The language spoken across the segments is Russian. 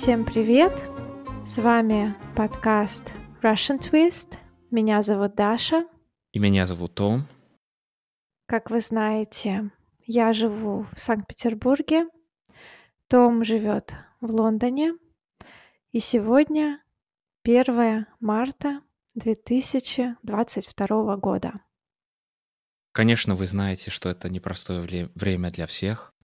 Всем привет! С вами подкаст Russian Twist. Меня зовут Даша. И меня зовут Том. Как вы знаете, я живу в Санкт-Петербурге. Том живет в Лондоне. И сегодня 1 марта 2022 года. Конечно, вы знаете, что это непростое время для всех.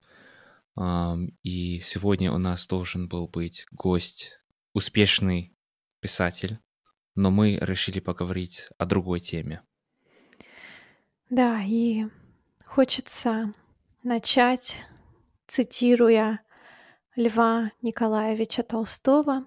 И сегодня у нас должен был быть гость, успешный писатель, но мы решили поговорить о другой теме. Да, и хочется начать, цитируя Льва Николаевича Толстого.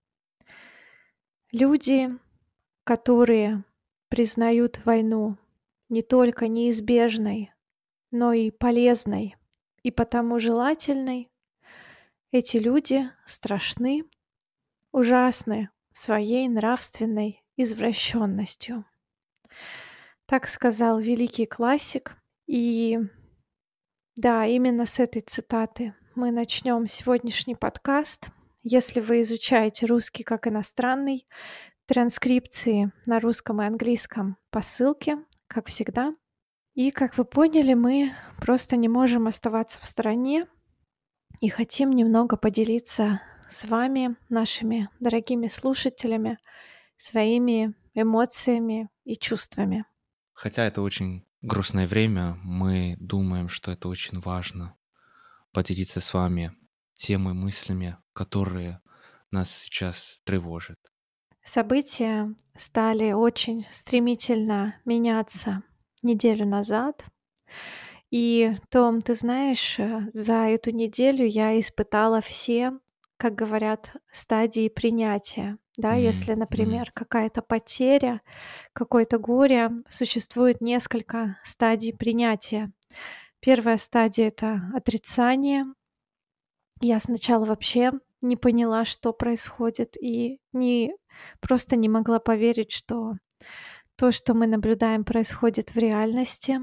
Люди, которые признают войну не только неизбежной, но и полезной, и потому желательной, эти люди страшны, ужасны своей нравственной извращенностью. Так сказал великий классик. И да, именно с этой цитаты мы начнем сегодняшний подкаст. Если вы изучаете русский как иностранный, транскрипции на русском и английском по ссылке, как всегда. И, как вы поняли, мы просто не можем оставаться в стороне и хотим немного поделиться с вами, нашими дорогими слушателями, своими эмоциями и чувствами. Хотя это очень грустное время, мы думаем, что это очень важно поделиться с вами теми мыслями, которые нас сейчас тревожат. События стали очень стремительно меняться неделю назад. И, Том, ты знаешь, за эту неделю я испытала все, как говорят, стадии принятия. Да, если, например, какая-то потеря, какое-то горе, существует несколько стадий принятия. Первая стадия — это отрицание. Я сначала вообще не поняла, что происходит, и просто не могла поверить, что то, что мы наблюдаем, происходит в реальности.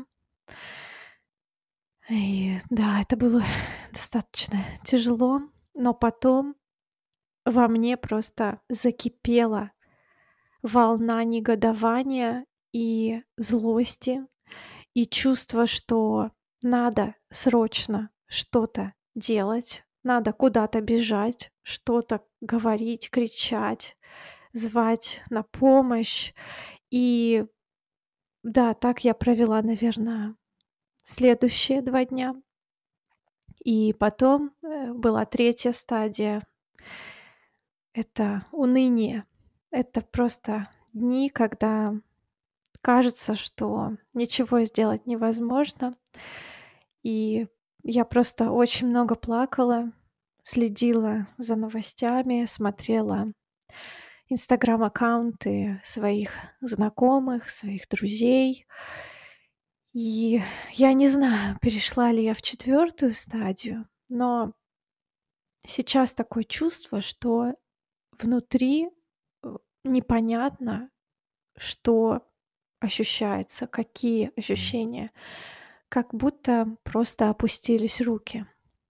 И да, это было достаточно тяжело, но потом во мне просто закипела волна негодования и злости, и чувство, что надо срочно что-то делать, надо куда-то бежать, что-то говорить, кричать, звать на помощь. И да, так я провела, наверное, следующие 2 дня. И потом, была третья стадия — это уныние. Это просто дни, когда кажется, что ничего сделать невозможно. И я просто очень много плакала, следила за новостями, смотрела инстаграм-аккаунты своих знакомых, своих друзей. И я не знаю, перешла ли я в 4 стадию, но сейчас такое чувство, что внутри, непонятно, что ощущается, какие ощущения. Как будто просто опустились руки.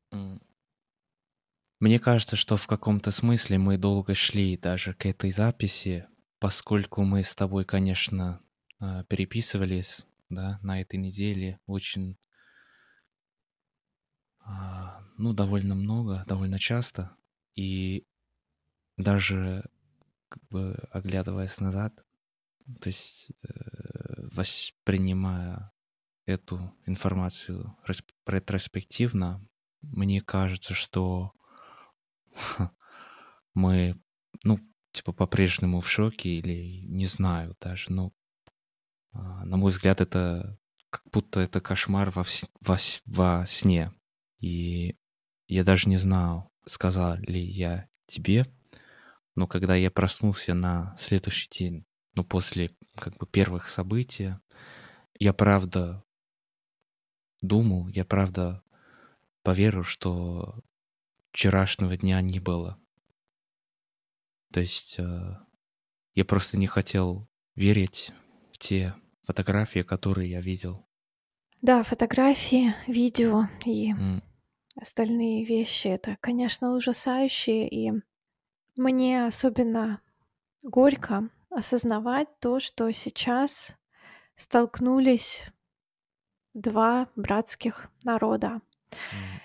Мне кажется, что в каком-то смысле мы долго шли даже к этой записи, поскольку мы с тобой, конечно, переписывались, да, на этой неделе очень, довольно много, довольно часто. И даже как бы оглядываясь назад, то есть воспринимая эту информацию ретроспективно, мне кажется, что мы, по-прежнему в шоке или не знаю даже, на мой взгляд, это как будто это кошмар во сне. И я даже не знал, сказал ли я тебе, но когда я проснулся на следующий день, после как бы первых событий, я правда думал, я правда поверил, что вчерашнего дня не было. То есть я просто не хотел верить в те фотографии, которые я видел. Да, фотографии, видео и М, остальные вещи — это, конечно, ужасающие. И Мне особенно горько осознавать то, что сейчас столкнулись два братских народа. М,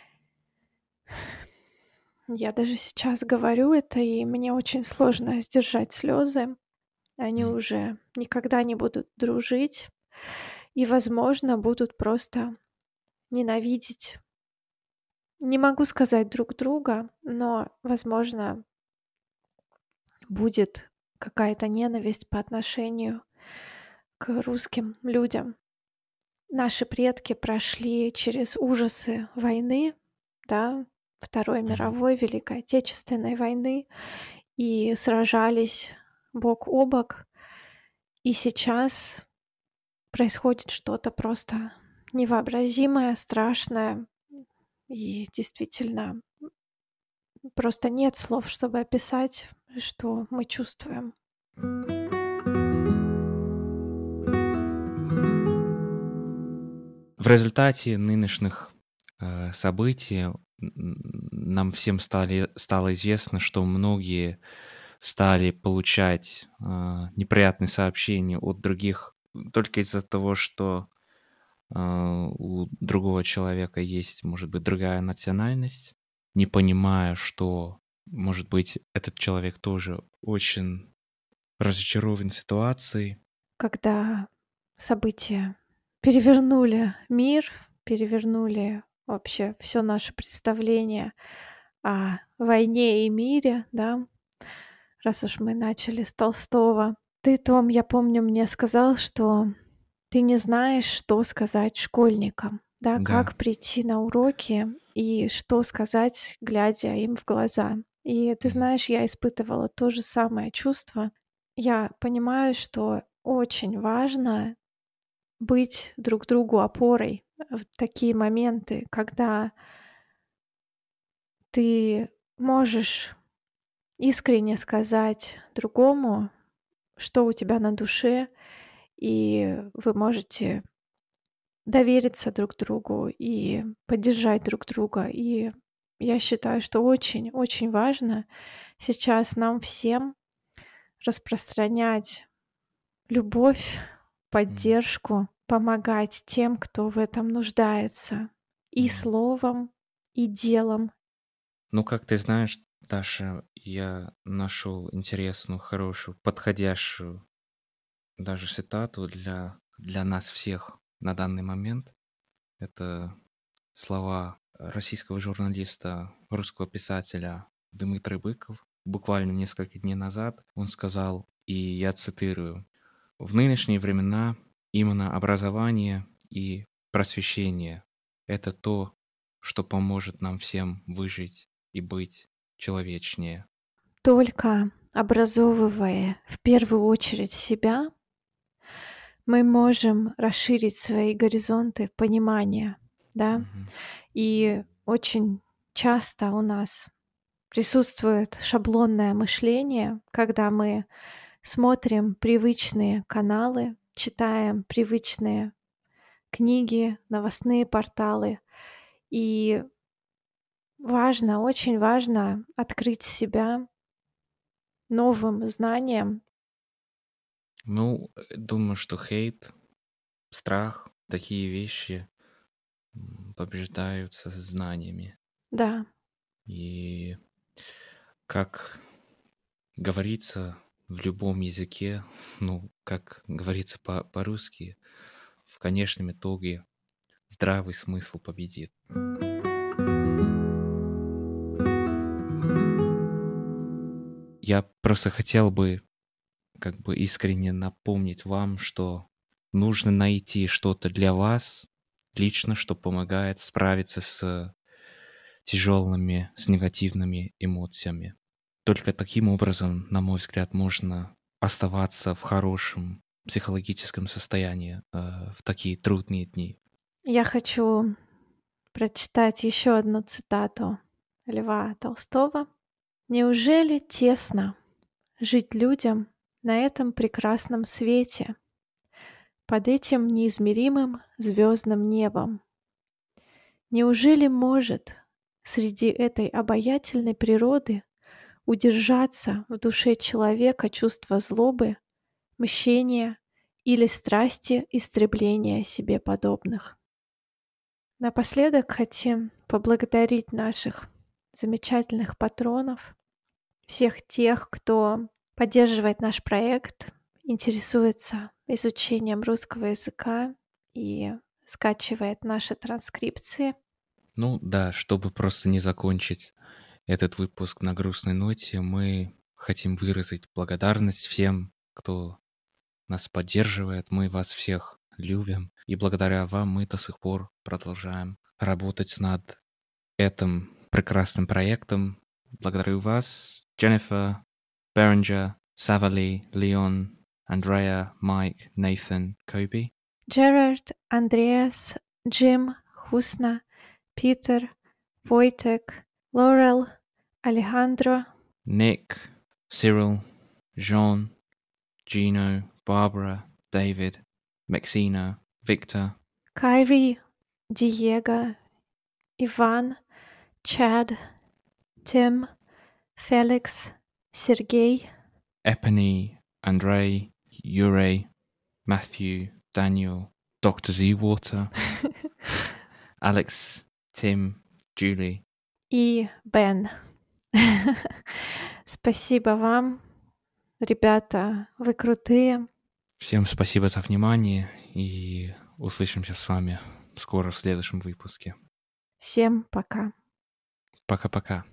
Я даже сейчас говорю это, и мне очень сложно сдержать слезы. Они м, уже никогда не будут дружить и, возможно, будут просто ненавидеть. Не могу сказать друг друга, но, возможно, будет какая-то ненависть по отношению к русским людям. Наши предки прошли через ужасы войны, да, Второй мгм. мировой, Великой Отечественной войны, и сражались бок о бок. И сейчас происходит что-то просто невообразимое, страшное. И действительно, просто нет слов, чтобы описать, что мы чувствуем. В результате нынешних событий нам всем стало известно, что многие стали получать неприятные сообщения от других только из-за того, что у другого человека есть, может быть, другая национальность, не понимая, что, может быть, этот человек тоже очень разочарован ситуацией. Когда события перевернули мир, перевернули вообще все наше представление о войне и мире, да, раз уж мы начали с Толстого. Ты, Том, я помню, мне сказал, что ты не знаешь, что сказать школьникам, да, Да. как прийти на уроки и что сказать, глядя им в глаза. И ты Мгм. знаешь, я испытывала то же самое чувство. Я понимаю, что очень важно быть друг другу опорой в такие моменты, когда ты можешь искренне сказать другому, что у тебя на душе, и вы можете довериться друг другу и поддержать друг друга. И я считаю, что очень-очень важно сейчас нам всем распространять любовь, Мгм. поддержку, помогать тем, кто в этом нуждается, и Мгм. словом, и делом. Ну, как ты знаешь, Даша, я нашел интересную, хорошую, подходящую даже цитату для нас всех на данный момент. Это слова российского журналиста, русского писателя Дмитрий Быков. Буквально несколько дней назад он сказал, и я цитирую: «В нынешние времена именно образование и просвещение — это то, что поможет нам всем выжить и быть человечнее». Только образовывая в первую очередь себя, мы можем расширить свои горизонты понимания, да. Мгм. И очень часто у нас присутствует шаблонное мышление, когда мы смотрим привычные каналы, читаем привычные книги, новостные порталы. И важно, очень важно открыть себя новым знаниям. Ну, думаю, что хейт, страх, такие вещи побеждаются знаниями. Да, И как говорится в любом языке, ну, как говорится по-русски, в конечном итоге здравый смысл победит. Я просто хотел бы как бы искренне напомнить вам, что нужно найти что-то для вас лично, что помогает справиться с тяжелыми, с негативными эмоциями. Только таким образом, на мой взгляд, можно оставаться в хорошем психологическом состоянии в такие трудные дни. я хочу прочитать еще одну цитату Льва Толстого. «Неужели тесно жить людям на этом прекрасном свете, под этим неизмеримым звездным небом? Неужели может среди этой обаятельной природы удержаться в душе человека чувство злобы, мщения или страсти истребления себе подобных. Напоследок хотим поблагодарить наших замечательных патронов, всех тех, кто поддерживает наш проект, интересуется изучением русского языка и скачивает наши транскрипции. Ну да, чтобы просто не закончить этот выпуск на грустной ноте, мы хотим выразить благодарность всем, кто нас поддерживает. Мы вас всех любим. И благодаря вам мы до сих пор продолжаем работать над этим прекрасным проектом. Благодарю вас, Дженнифер, Беренджер, Савали, Леон, Андреа, Майк, Нейтан, Коби. Джерард, Андреас, Джим, Хусна, Питер, Войтек, Лорел, Алехандро, Nick, Cyril, Jean, Gino, Barbara, David, Maxino, Victor, Кайри, Диего, Иван, Чад, Тим, Феликс, Сергей, Epony, Andrei, Ure, Matthew, Daniel, Dr. Z-Water, Alex, Tim, Julie. и Бен. Спасибо вам, ребята, вы крутые. Всем спасибо за внимание и услышимся с вами скоро в следующем выпуске. Всем пока. Пока-пока.